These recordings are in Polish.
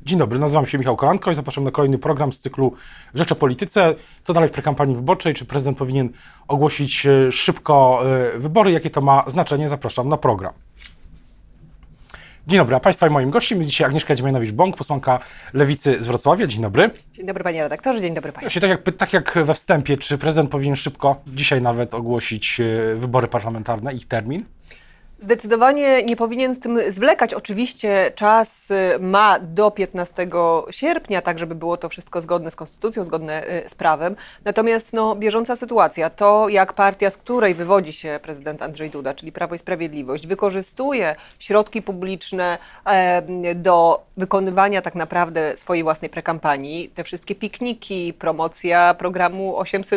Dzień dobry, nazywam się Michał Kolanko i zapraszam na kolejny program z cyklu Rzecz o Polityce. Co dalej w prekampanii wyborczej? Czy prezydent powinien ogłosić szybko wybory? Jakie to ma znaczenie? Zapraszam na program. Dzień dobry, a Państwa i moim gościem jest dzisiaj Agnieszka Dziemianowicz-Bąk, posłanka Lewicy z Wrocławia. Dzień dobry. Dzień dobry panie redaktorze, dzień dobry państwu. Tak jak we wstępie, czy prezydent powinien szybko, dzisiaj nawet, ogłosić wybory parlamentarne, ich termin? Zdecydowanie nie powinien z tym zwlekać. Oczywiście czas ma do 15 sierpnia, tak żeby było to wszystko zgodne z konstytucją, zgodne z prawem. Natomiast bieżąca sytuacja, to jak partia, z której wywodzi się prezydent Andrzej Duda, czyli Prawo i Sprawiedliwość, wykorzystuje środki publiczne do wykonywania tak naprawdę swojej własnej prekampanii, te wszystkie pikniki, promocja programu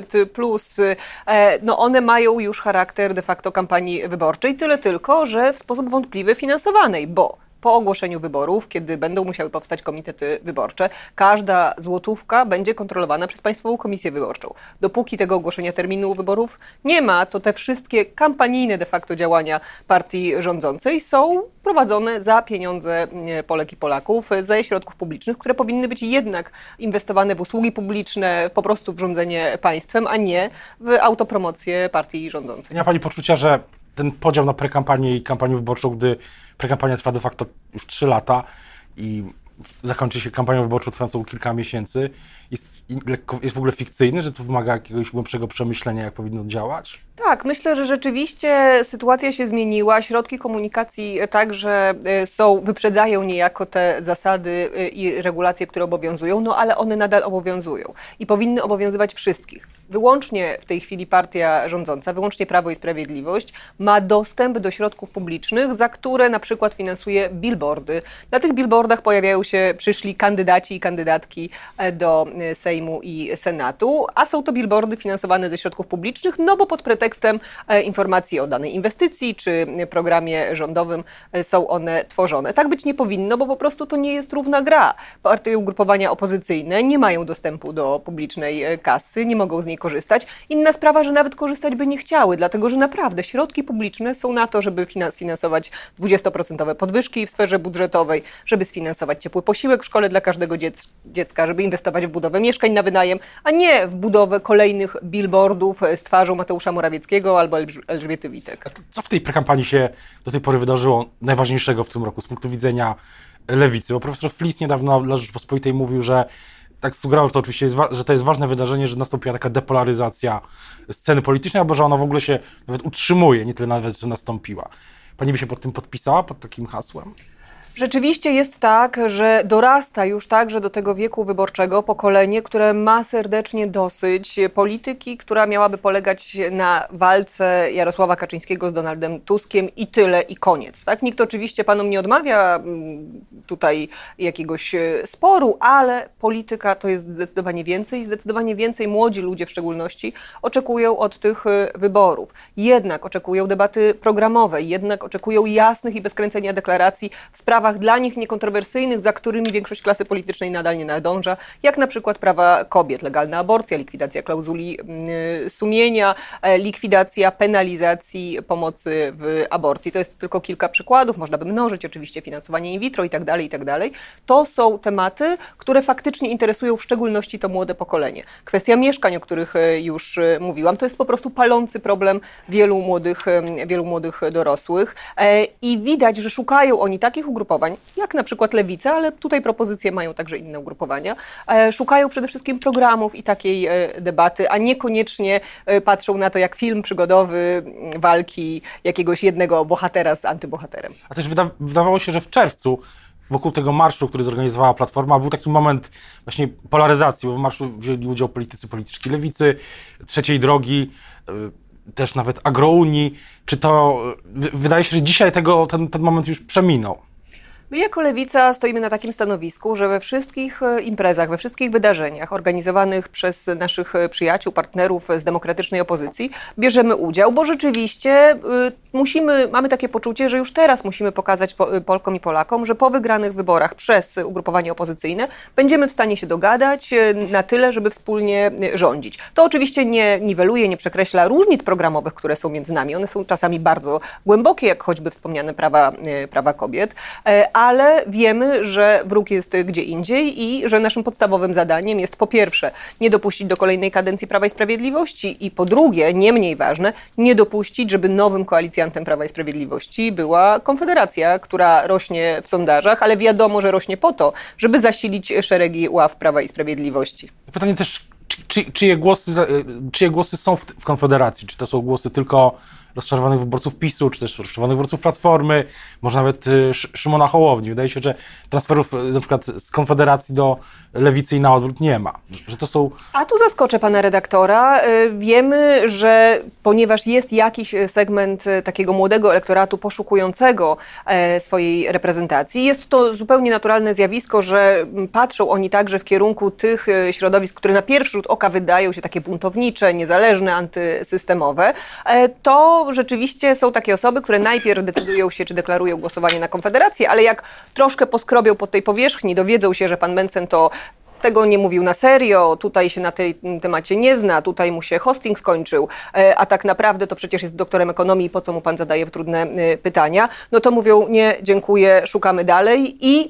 800+, one mają już charakter de facto kampanii wyborczej, tyle tylko, że w sposób wątpliwy finansowanej, bo po ogłoszeniu wyborów, kiedy będą musiały powstać komitety wyborcze, każda złotówka będzie kontrolowana przez Państwową Komisję Wyborczą. Dopóki tego ogłoszenia terminu wyborów nie ma, to te wszystkie kampanijne de facto działania partii rządzącej są prowadzone za pieniądze Polek i Polaków, ze środków publicznych, które powinny być jednak inwestowane w usługi publiczne, po prostu w rządzenie państwem, a nie w autopromocję partii rządzącej. Nie ma Pani poczucia, że ten podział na prekampanię i kampanię wyborczą, gdy prekampania trwa de facto już 3 lata i zakończy się kampanią wyborczą trwającą kilka miesięcy, jest w ogóle fikcyjny, że to wymaga jakiegoś głębszego przemyślenia, jak powinno działać? Tak, myślę, że rzeczywiście sytuacja się zmieniła. Środki komunikacji także wyprzedzają niejako te zasady i regulacje, które obowiązują, ale one nadal obowiązują i powinny obowiązywać wszystkich. Wyłącznie w tej chwili partia rządząca, wyłącznie Prawo i Sprawiedliwość ma dostęp do środków publicznych, za które na przykład finansuje billboardy. Na tych billboardach pojawiają się przyszli kandydaci i kandydatki do Sejmu i Senatu, a są to billboardy finansowane ze środków publicznych, bo pod pretekstem informacji o danej inwestycji czy programie rządowym są one tworzone. Tak być nie powinno, bo po prostu to nie jest równa gra. Partie i ugrupowania opozycyjne nie mają dostępu do publicznej kasy, nie mogą z niej korzystać. Inna sprawa, że nawet korzystać by nie chciały, dlatego że naprawdę środki publiczne są na to, żeby sfinansować 20% podwyżki w sferze budżetowej, żeby sfinansować ciepły posiłek w szkole dla każdego dziecka, żeby inwestować w budowę mieszkań na wynajem, a nie w budowę kolejnych billboardów z twarzą Mateusza Morawieckiego albo Elżbiety Witek. A co w tej prekampanii się do tej pory wydarzyło najważniejszego w tym roku z punktu widzenia Lewicy? Bo profesor Flis niedawno dla Rzeczpospolitej mówił, że tak sugerował, że to oczywiście że to jest ważne wydarzenie, że nastąpiła taka depolaryzacja sceny politycznej, albo że ona w ogóle się nawet utrzymuje, nie tyle nawet, że nastąpiła. Pani by się pod tym podpisała, pod takim hasłem? Rzeczywiście jest tak, że dorasta już także do tego wieku wyborczego pokolenie, które ma serdecznie dosyć polityki, która miałaby polegać na walce Jarosława Kaczyńskiego z Donaldem Tuskiem i tyle, i koniec. Tak? Nikt oczywiście panom nie odmawia tutaj jakiegoś sporu, ale polityka to jest zdecydowanie więcej młodzi ludzie w szczególności oczekują od tych wyborów. Jednak oczekują debaty programowej, jednak oczekują jasnych i bez kręcenia deklaracji w sprawach dla nich niekontrowersyjnych, za którymi większość klasy politycznej nadal nie nadąża, jak na przykład prawa kobiet, legalna aborcja, likwidacja klauzuli sumienia, likwidacja penalizacji pomocy w aborcji. To jest tylko kilka przykładów, można by mnożyć oczywiście finansowanie in vitro i tak dalej. To są tematy, które faktycznie interesują w szczególności to młode pokolenie. Kwestia mieszkań, o których już mówiłam, to jest po prostu palący problem wielu młodych dorosłych i widać, że szukają oni takich ugrupowań, jak na przykład Lewica, ale tutaj propozycje mają także inne ugrupowania, szukają przede wszystkim programów i takiej debaty, a niekoniecznie patrzą na to jak film przygodowy walki jakiegoś jednego bohatera z antybohaterem. A też wydawało się, że w czerwcu wokół tego marszu, który zorganizowała Platforma, był taki moment właśnie polaryzacji, bo w marszu wzięli udział politycy polityczki Lewicy, Trzeciej Drogi, też nawet Agrounii. Czy to wydaje się, że dzisiaj ten moment już przeminął? My jako Lewica stoimy na takim stanowisku, że we wszystkich imprezach, we wszystkich wydarzeniach organizowanych przez naszych przyjaciół, partnerów z demokratycznej opozycji bierzemy udział, bo rzeczywiście mamy takie poczucie, że już teraz musimy pokazać Polkom i Polakom, że po wygranych wyborach przez ugrupowanie opozycyjne będziemy w stanie się dogadać na tyle, żeby wspólnie rządzić. To oczywiście nie niweluje, nie przekreśla różnic programowych, które są między nami. One są czasami bardzo głębokie, jak choćby wspomniane prawa kobiet, ale wiemy, że wróg jest gdzie indziej i że naszym podstawowym zadaniem jest po pierwsze nie dopuścić do kolejnej kadencji Prawa i Sprawiedliwości i po drugie, nie mniej ważne, nie dopuścić, żeby nowym koalicjantem Prawa i Sprawiedliwości była Konfederacja, która rośnie w sondażach, ale wiadomo, że rośnie po to, żeby zasilić szeregi ław Prawa i Sprawiedliwości. Pytanie też, czyje głosy są w Konfederacji? Czy to są głosy tylko rozczarowanych wyborców PiS-u, czy też rozczarowanych wyborców Platformy, może nawet Szymona Hołowni. Wydaje się, że transferów na przykład z Konfederacji do Lewicy i na odwrót nie ma. Że to są... A tu zaskoczę pana redaktora. Wiemy, że ponieważ jest jakiś segment takiego młodego elektoratu poszukującego swojej reprezentacji, jest to zupełnie naturalne zjawisko, że patrzą oni także w kierunku tych środowisk, które na pierwszy rzut oka wydają się takie buntownicze, niezależne, antysystemowe, to rzeczywiście są takie osoby, które najpierw decydują się, czy deklarują głosowanie na Konfederację, ale jak troszkę poskrobią pod tej powierzchni, dowiedzą się, że pan Mencen to tego nie mówił na serio, tutaj się na tej temacie nie zna, tutaj mu się hosting skończył, a tak naprawdę to przecież jest doktorem ekonomii, po co mu pan zadaje trudne pytania, no to mówią nie, dziękuję, szukamy dalej i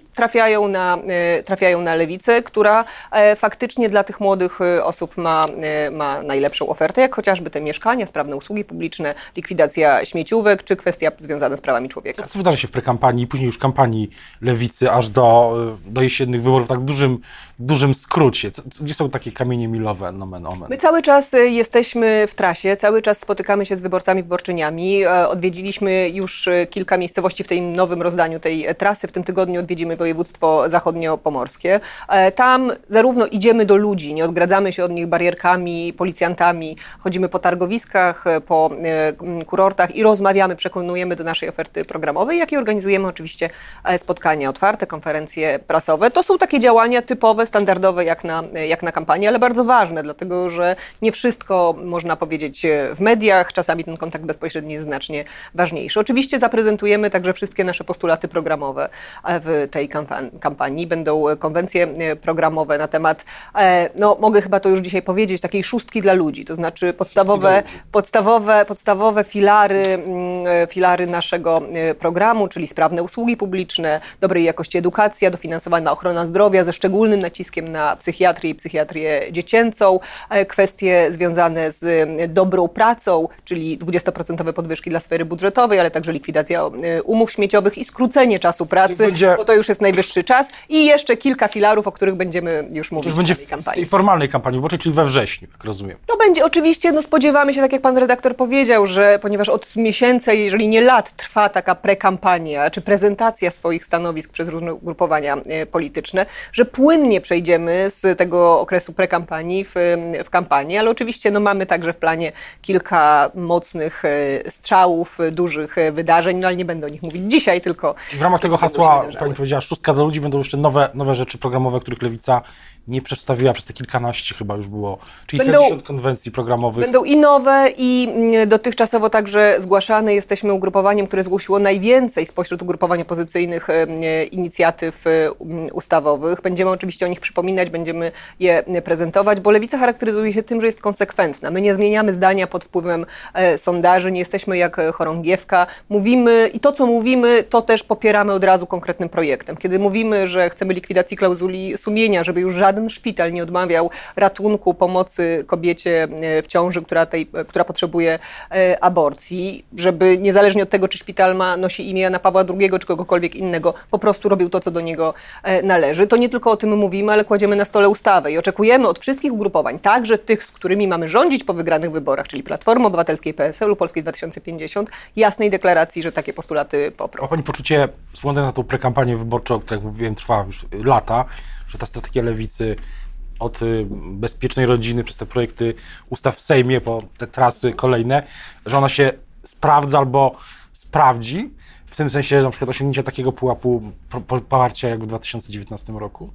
trafiają na lewicę, która faktycznie dla tych młodych osób ma najlepszą ofertę, jak chociażby te mieszkania, sprawne usługi publiczne, likwidacja śmieciówek, czy kwestia związana z prawami człowieka. Co wydarzy się w prekampanii i później już kampanii lewicy aż do jesiennych wyborów w tak dużym skrócie? Gdzie są takie kamienie milowe, nomen omen? My cały czas jesteśmy w trasie, cały czas spotykamy się z wyborcami, wyborczyniami. Odwiedziliśmy już kilka miejscowości w tym nowym rozdaniu tej trasy. W tym tygodniu odwiedzimy województwo zachodniopomorskie. Tam zarówno idziemy do ludzi, nie odgradzamy się od nich barierkami, policjantami, chodzimy po targowiskach, po kurortach i rozmawiamy, przekonujemy do naszej oferty programowej, jak i organizujemy oczywiście spotkania otwarte, konferencje prasowe. To są takie działania typowe, standardowe jak na kampanię, ale bardzo ważne, dlatego że nie wszystko można powiedzieć w mediach, czasami ten kontakt bezpośredni jest znacznie ważniejszy. Oczywiście zaprezentujemy także wszystkie nasze postulaty programowe w tej kampanii. Będą konwencje programowe na temat, no mogę chyba to już dzisiaj powiedzieć, takiej szóstki dla ludzi, to znaczy podstawowe filary naszego programu, czyli sprawne usługi publiczne, dobrej jakości edukacja, dofinansowana ochrona zdrowia ze szczególnym naciskiem na psychiatrię i psychiatrię dziecięcą, kwestie związane z dobrą pracą, czyli 20% podwyżki dla sfery budżetowej, ale także likwidacja umów śmieciowych i skrócenie czasu pracy, bo to już jest najwyższy czas i jeszcze kilka filarów, o których będziemy już mówić w tej kampanii. W tej formalnej kampanii wyborczej, czyli we wrześniu, jak rozumiem. To będzie oczywiście, no spodziewamy się, tak jak pan redaktor powiedział, że ponieważ od miesięcy, jeżeli nie lat, trwa taka prekampania, czy prezentacja swoich stanowisk przez różne ugrupowania polityczne, że płynnie przejdziemy z tego okresu prekampanii w kampanię, ale oczywiście no, mamy także w planie kilka mocnych strzałów, dużych wydarzeń, no ale nie będę o nich mówić dzisiaj, tylko... W ramach tego hasła, pani powiedziała, szóstka dla ludzi, będą jeszcze nowe rzeczy programowe, których Lewica nie przedstawiła przez te kilkanaście chyba już było, czyli kilkadziesiąt konwencji programowych. Będą i nowe, i dotychczasowo także zgłaszane. Jesteśmy ugrupowaniem, które zgłosiło najwięcej spośród ugrupowań opozycyjnych inicjatyw ustawowych. Będziemy oczywiście o nich przypominać, będziemy je prezentować, bo Lewica charakteryzuje się tym, że jest konsekwentna. My nie zmieniamy zdania pod wpływem sondaży, nie jesteśmy jak chorągiewka. Mówimy i to, co mówimy, to też popieramy od razu konkretnym projektem. Kiedy mówimy, że chcemy likwidacji klauzuli sumienia, żeby już żaden szpital nie odmawiał ratunku, pomocy kobiecie w ciąży, która potrzebuje aborcji, żeby niezależnie od tego, czy szpital nosi imię Jana Pawła II, czy kogokolwiek innego, po prostu robił to, co do niego należy. To nie tylko o tym mówimy, ale kładziemy na stole ustawę i oczekujemy od wszystkich ugrupowań, także tych, z którymi mamy rządzić po wygranych wyborach, czyli Platformy Obywatelskiej, PSL-u, Polskiej 2050, jasnej deklaracji, że takie postulaty poprą. Ma pani poczucie, spoglądając na tą prekampanię wyborczą, która, jak mówiłem, trwa już lata, że ta strategia Lewicy od bezpiecznej rodziny przez te projekty ustaw w Sejmie po te trasy kolejne, że ona się sprawdza albo sprawdzi, w tym sensie na przykład osiągnięcia takiego pułapu poparcia jak w 2019 roku?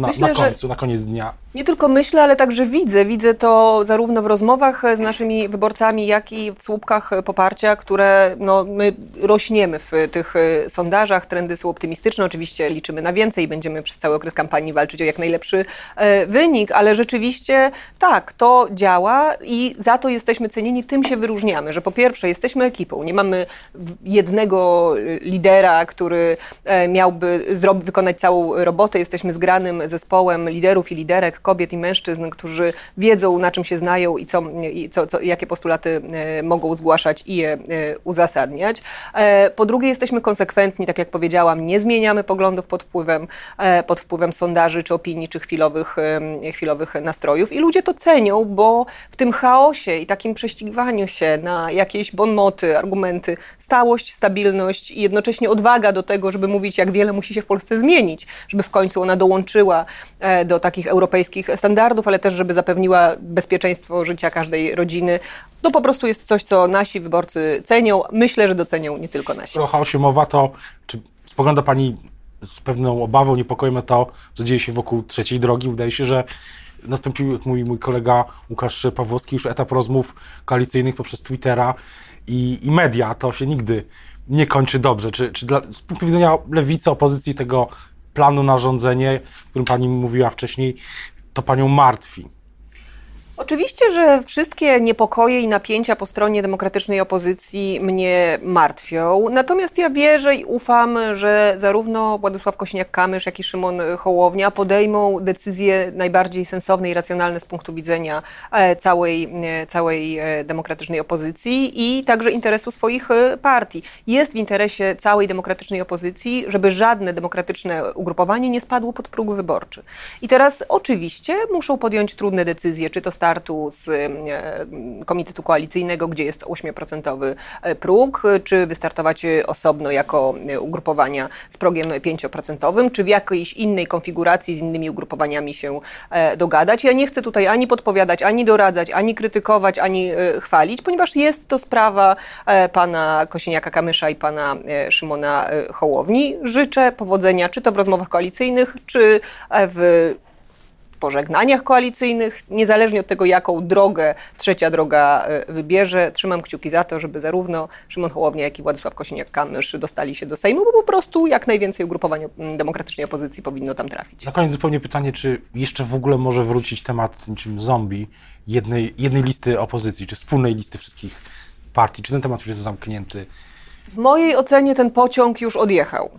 Na koniec dnia. Nie tylko myślę, ale także widzę. Widzę to zarówno w rozmowach z naszymi wyborcami, jak i w słupkach poparcia, które my rośniemy w tych sondażach. Trendy są optymistyczne. Oczywiście liczymy na więcej i będziemy przez cały okres kampanii walczyć o jak najlepszy wynik, ale rzeczywiście tak, to działa i za to jesteśmy cenieni. Tym się wyróżniamy, że po pierwsze jesteśmy ekipą. Nie mamy jednego lidera, który miałby wykonać całą robotę. Jesteśmy zgranym zespołem liderów i liderek, kobiet i mężczyzn, którzy wiedzą, na czym się znają i jakie postulaty mogą zgłaszać i je uzasadniać. Po drugie, jesteśmy konsekwentni, tak jak powiedziałam, nie zmieniamy poglądów pod wpływem sondaży, czy opinii, czy chwilowych nastrojów. I ludzie to cenią, bo w tym chaosie i takim prześcigiwaniu się na jakieś bonmoty, argumenty, stałość, stabilność i jednocześnie odwaga do tego, żeby mówić, jak wiele musi się w Polsce zmienić, żeby w końcu ona dołączyła do takich europejskich standardów, ale też, żeby zapewniła bezpieczeństwo życia każdej rodziny. To po prostu jest coś, co nasi wyborcy cenią. Myślę, że docenią nie tylko nasi. O chaosie mowa, to czy spogląda Pani z pewną obawą, niepokojem na to, co dzieje się wokół trzeciej drogi? Wydaje się, że nastąpił, jak mówi mój kolega Łukasz Pawłowski, już etap rozmów koalicyjnych poprzez Twittera i media. To się nigdy nie kończy dobrze. Czy z punktu widzenia lewicy, opozycji, tego planu na rządzenie, o którym Pani mówiła wcześniej, to Panią martwi? Oczywiście, że wszystkie niepokoje i napięcia po stronie demokratycznej opozycji mnie martwią. Natomiast ja wierzę i ufam, że zarówno Władysław Kosiniak-Kamysz, jak i Szymon Hołownia podejmą decyzje najbardziej sensowne i racjonalne z punktu widzenia całej demokratycznej opozycji i także interesu swoich partii. Jest w interesie całej demokratycznej opozycji, żeby żadne demokratyczne ugrupowanie nie spadło pod próg wyborczy. I teraz oczywiście muszą podjąć trudne decyzje, czy to startu z komitetu koalicyjnego, gdzie jest 8% próg, czy wystartować osobno jako ugrupowania z progiem 5%, czy w jakiejś innej konfiguracji z innymi ugrupowaniami się dogadać. Ja nie chcę tutaj ani podpowiadać, ani doradzać, ani krytykować, ani chwalić, ponieważ jest to sprawa pana Kosiniaka-Kamysza i pana Szymona Hołowni. Życzę powodzenia, czy to w rozmowach koalicyjnych, czy w pożegnaniach koalicyjnych, niezależnie od tego, jaką drogę trzecia droga wybierze. Trzymam kciuki za to, żeby zarówno Szymon Hołownia, jak i Władysław Kosiniak-Kamysz dostali się do Sejmu, bo po prostu jak najwięcej ugrupowań demokratycznej opozycji powinno tam trafić. Na koniec zupełnie pytanie, czy jeszcze w ogóle może wrócić temat niczym zombie jednej listy opozycji, czy wspólnej listy wszystkich partii? Czy ten temat już jest zamknięty? W mojej ocenie ten pociąg już odjechał.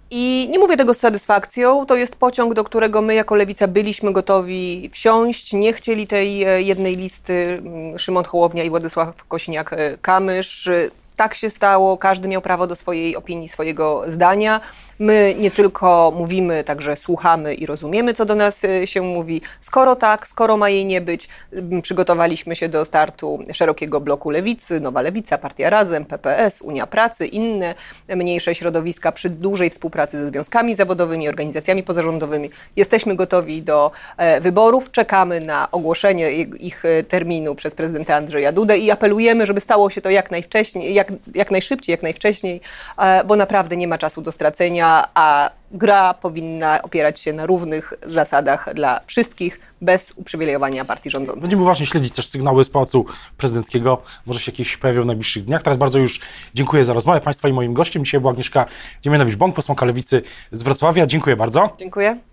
I nie mówię tego z satysfakcją, to jest pociąg, do którego my jako Lewica byliśmy gotowi wsiąść. Nie chcieli tej jednej listy Szymon Hołownia i Władysław Kosiniak-Kamysz. Tak się stało, każdy miał prawo do swojej opinii, swojego zdania. My nie tylko mówimy, także słuchamy i rozumiemy, co do nas się mówi. Skoro tak, skoro ma jej nie być, przygotowaliśmy się do startu szerokiego bloku Lewicy, Nowa Lewica, Partia Razem, PPS, Unia Pracy, inne mniejsze środowiska przy dużej współpracy ze związkami zawodowymi, organizacjami pozarządowymi. Jesteśmy gotowi do wyborów, czekamy na ogłoszenie ich terminu przez prezydenta Andrzeja Dudę i apelujemy, żeby stało się to jak najwcześniej, jak najszybciej, jak najwcześniej, bo naprawdę nie ma czasu do stracenia, a gra powinna opierać się na równych zasadach dla wszystkich, bez uprzywilejowania partii rządzącej. Będziemy właśnie śledzić też sygnały z Pałacu Prezydenckiego. Może się jakieś pojawią w najbliższych dniach. Teraz bardzo już dziękuję za rozmowę Państwa i moim gościem. Dzisiaj była Agnieszka Dziemianowicz-Bąk, posłanka Lewicy z Wrocławia. Dziękuję bardzo. Dziękuję.